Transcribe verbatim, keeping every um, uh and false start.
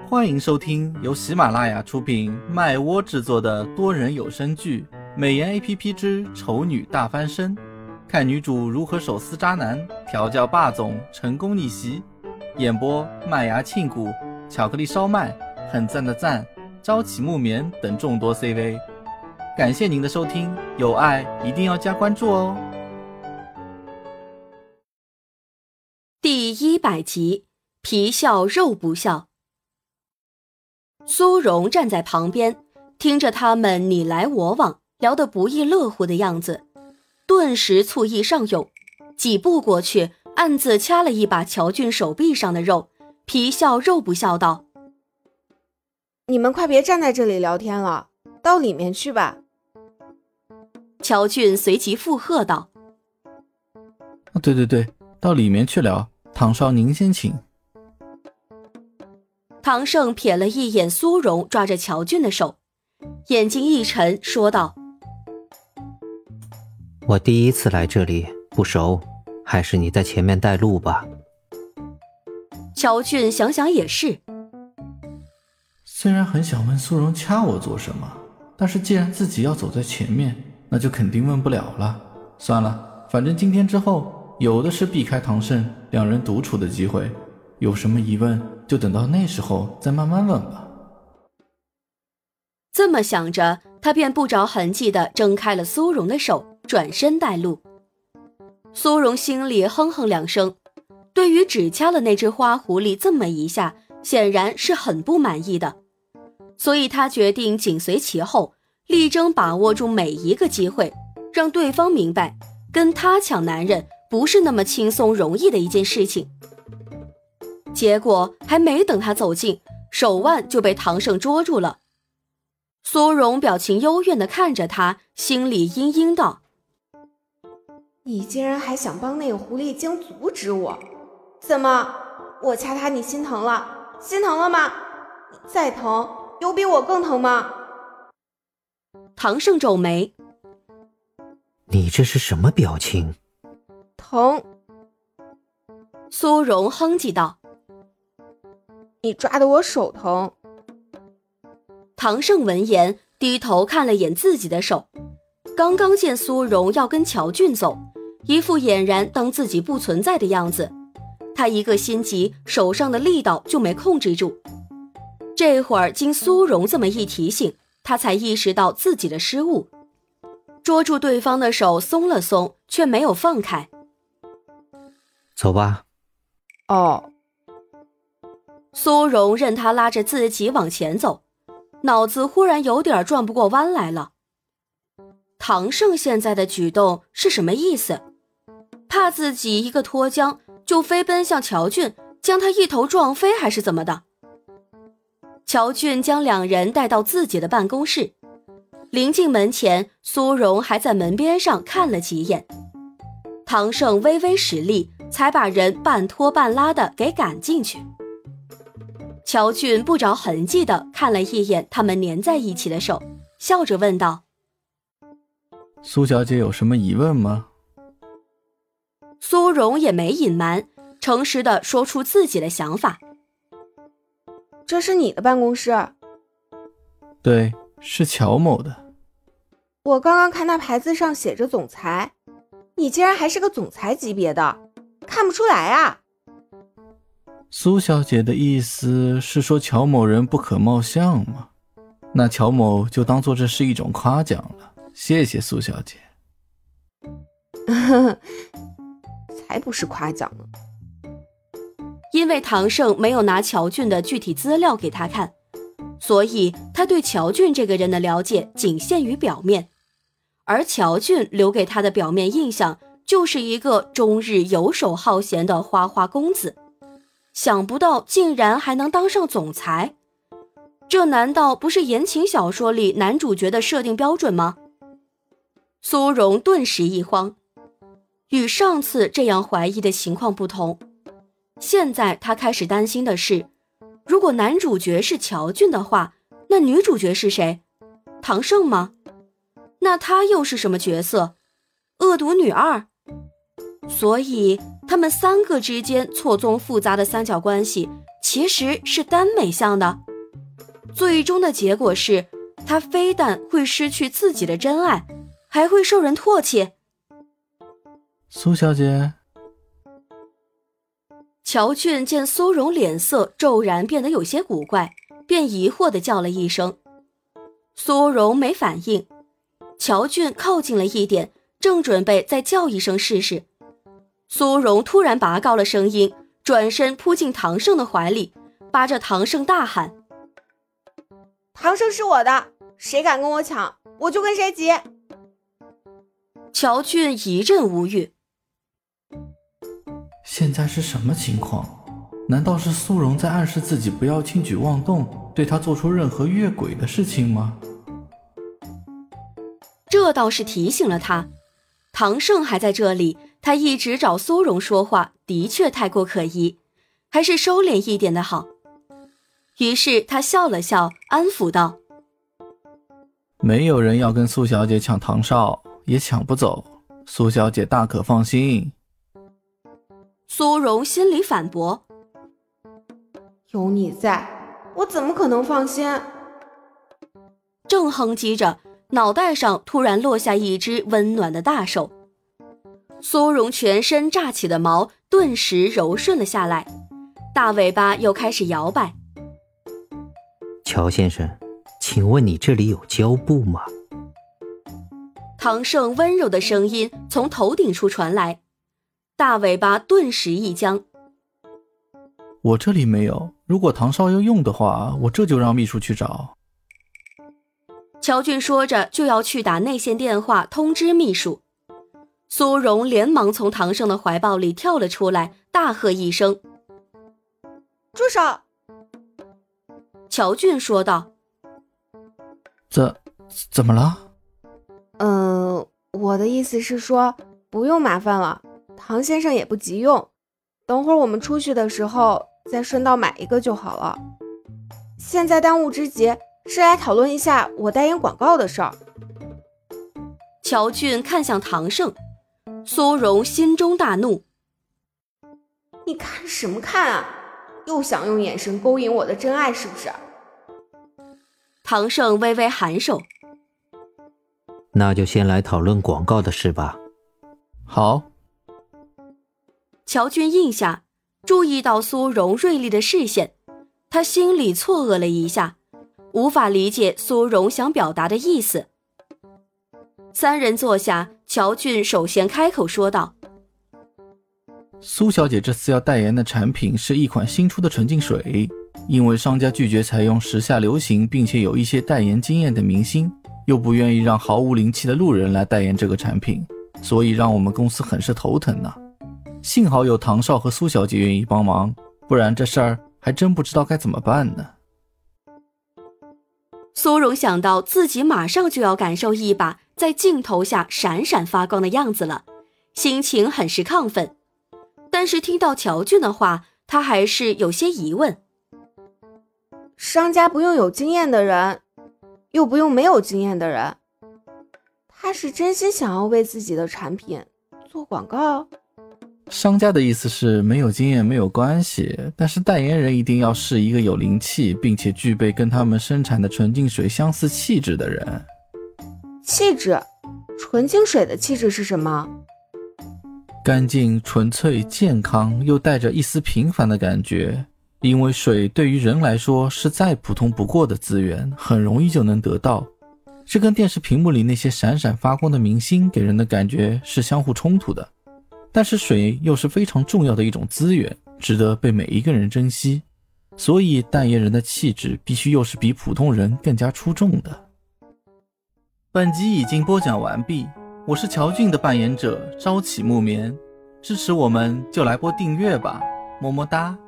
欢迎收听由喜马拉雅出品麦窝制作的多人有声剧《美颜 A P P 之丑女大翻身》，看女主如何手撕渣男，调教霸总，成功逆袭。演播麦芽庆谷、巧克力烧麦、很赞的赞、朝起木棉等众多 C V。感谢您的收听，有爱一定要加关注哦。 第一百集，皮笑肉不笑。苏荣站在旁边，听着他们你来我往，聊得不亦乐乎的样子，顿时醋意上涌，几步过去，暗自掐了一把乔俊手臂上的肉，皮笑肉不笑道： 你们快别站在这里聊天了，到里面去吧。 乔俊随即附和道： 对对对，到里面去聊，唐少您先请。 唐胜瞥了一眼苏荣抓着乔俊的手，眼睛一沉，说道： 我第一次来这里，不熟，还是你在前面带路吧。 乔俊想想也是， 虽然很想问苏荣掐我做什么，但是既然自己要走在前面，那就肯定问不了了。算了，反正今天之后有的是避开唐胜两人独处的机会，有什么疑问就等到那时候再慢慢问吧。 这么想着，他便不着痕迹地挣开了苏荣的手，转身带路。苏荣心里哼哼两声，对于只掐了那只花狐狸这么一下，显然是很不满意的，所以他决定紧随其后，力争把握住每一个机会，让对方明白跟他抢男人不是那么轻松容易的一件事情。结果还没等他走近，手腕就被唐胜捉住了。苏荣表情幽怨地看着他，心里阴阴道： 你竟然还想帮那个狐狸精阻止我？怎么，我掐他你心疼了？心疼了吗？再疼，有比我更疼吗？ 唐胜皱眉： 你这是什么表情？ 疼。 苏荣哼唧道： 你抓得我手疼。 唐胜闻言低头看了眼自己的手，刚刚见苏荣要跟乔俊走，一副俨然当自己不存在的样子，他一个心急，手上的力道就没控制住。这会儿经苏荣这么一提醒，他才意识到自己的失误，捉住对方的手松了松，却没有放开。 走吧。 哦。 苏荣任他拉着自己往前走，脑子忽然有点转不过弯来了。唐胜现在的举动是什么意思？怕自己一个脱缰就飞奔向乔俊，将他一头撞飞，还是怎么的？乔俊将两人带到自己的办公室，临进门前，苏荣还在门边上看了几眼。唐胜微微使力，才把人半拖半拉的给赶进去。乔俊不着痕迹地看了一眼他们粘在一起的手，笑着问道： 苏小姐有什么疑问吗？ 苏荣也没隐瞒，诚实地说出自己的想法。 这是你的办公室？ 对，是乔某的。 我刚刚看他牌子上写着总裁，你竟然还是个总裁级别的，看不出来啊。 苏小姐的意思是说乔某人不可貌相吗？那乔某就当做这是一种夸奖了，谢谢苏小姐。 才不是夸奖呢。 因为唐胜没有拿乔俊的具体资料给他看，所以他对乔俊这个人的了解仅限于表面，而乔俊留给他的表面印象就是一个终日游手好闲的花花公子，想不到竟然还能当上总裁，这难道不是言情小说里男主角的设定标准吗？苏荣顿时一慌，与上次这样怀疑的情况不同，现在他开始担心的是，如果男主角是乔俊的话，那女主角是谁？唐胜吗？那他又是什么角色？恶毒女二？所以他们三个之间错综复杂的三角关系其实是耽美向的。最终的结果是，他非但会失去自己的真爱，还会受人唾弃。 苏小姐。 乔俊见苏荣脸色骤然变得有些古怪，便疑惑地叫了一声。苏荣没反应，乔俊靠近了一点，正准备再叫一声试试，苏荣突然拔高了声音，转身扑进唐胜的怀里，扒着唐胜大喊： 唐胜是我的，谁敢跟我抢，我就跟谁急。 乔俊一阵无语， 现在是什么情况？难道是苏荣在暗示自己不要轻举妄动，对他做出任何越轨的事情吗？ 这倒是提醒了他，唐胜还在这里，他一直找苏荣说话，的确太过可疑，还是收敛一点的好。于是他笑了笑，安抚道： 没有人要跟苏小姐抢唐少，也抢不走，苏小姐大可放心。 苏荣心里反驳： 有你在，我怎么可能放心？ 正哼唧着，脑袋上突然落下一只温暖的大手，苏荣全身炸起的毛顿时柔顺了下来，大尾巴又开始摇摆。 乔先生，请问你这里有胶布吗？ 唐胜温柔的声音从头顶处传来，大尾巴顿时一僵。 我这里没有，如果唐少要用的话，我这就让秘书去找。 乔俊说着就要去打内线电话通知秘书，苏荣连忙从唐胜的怀抱里跳了出来，大喝一声： 住手！ 乔俊说道： 怎怎么了？ 嗯，我的意思是说，不用麻烦了，唐先生也不急用，等会儿我们出去的时候再顺道买一个就好了。现在当务之急是来讨论一下我代言广告的事儿。 乔俊看向唐胜，苏荣心中大怒： 你看什么看啊？又想用眼神勾引我的真爱是不是？ 唐胜微微颔首： 那就先来讨论广告的事吧。 好。 乔俊应下，注意到苏荣锐利的视线，他心里错愕了一下，无法理解苏荣想表达的意思。三人坐下，乔俊首先开口说道： 苏小姐这次要代言的产品是一款新出的纯净水，因为商家拒绝采用时下流行并且有一些代言经验的明星，又不愿意让毫无灵气的路人来代言这个产品，所以让我们公司很是头疼呢。幸好有唐少和苏小姐愿意帮忙，不然这事儿还真不知道该怎么办呢。 苏荣想到自己马上就要感受一把在镜头下闪闪发光的样子了，心情很是亢奋，但是听到乔俊的话，他还是有些疑问。 商家不用有经验的人，又不用没有经验的人，他是真心想要为自己的产品做广告？ 商家的意思是没有经验没有关系，但是代言人一定要是一个有灵气并且具备跟他们生产的纯净水相似气质的人。 气质？纯净水的气质是什么？ 干净、纯粹、健康，又带着一丝平凡的感觉。因为水对于人来说是再普通不过的资源，很容易就能得到。这跟电视屏幕里那些闪闪发光的明星给人的感觉是相互冲突的。但是水又是非常重要的一种资源，值得被每一个人珍惜。所以代言人的气质必须又是比普通人更加出众的。本集已经播讲完毕，我是乔俊的扮演者朝起木棉，支持我们就来播订阅吧，么么哒。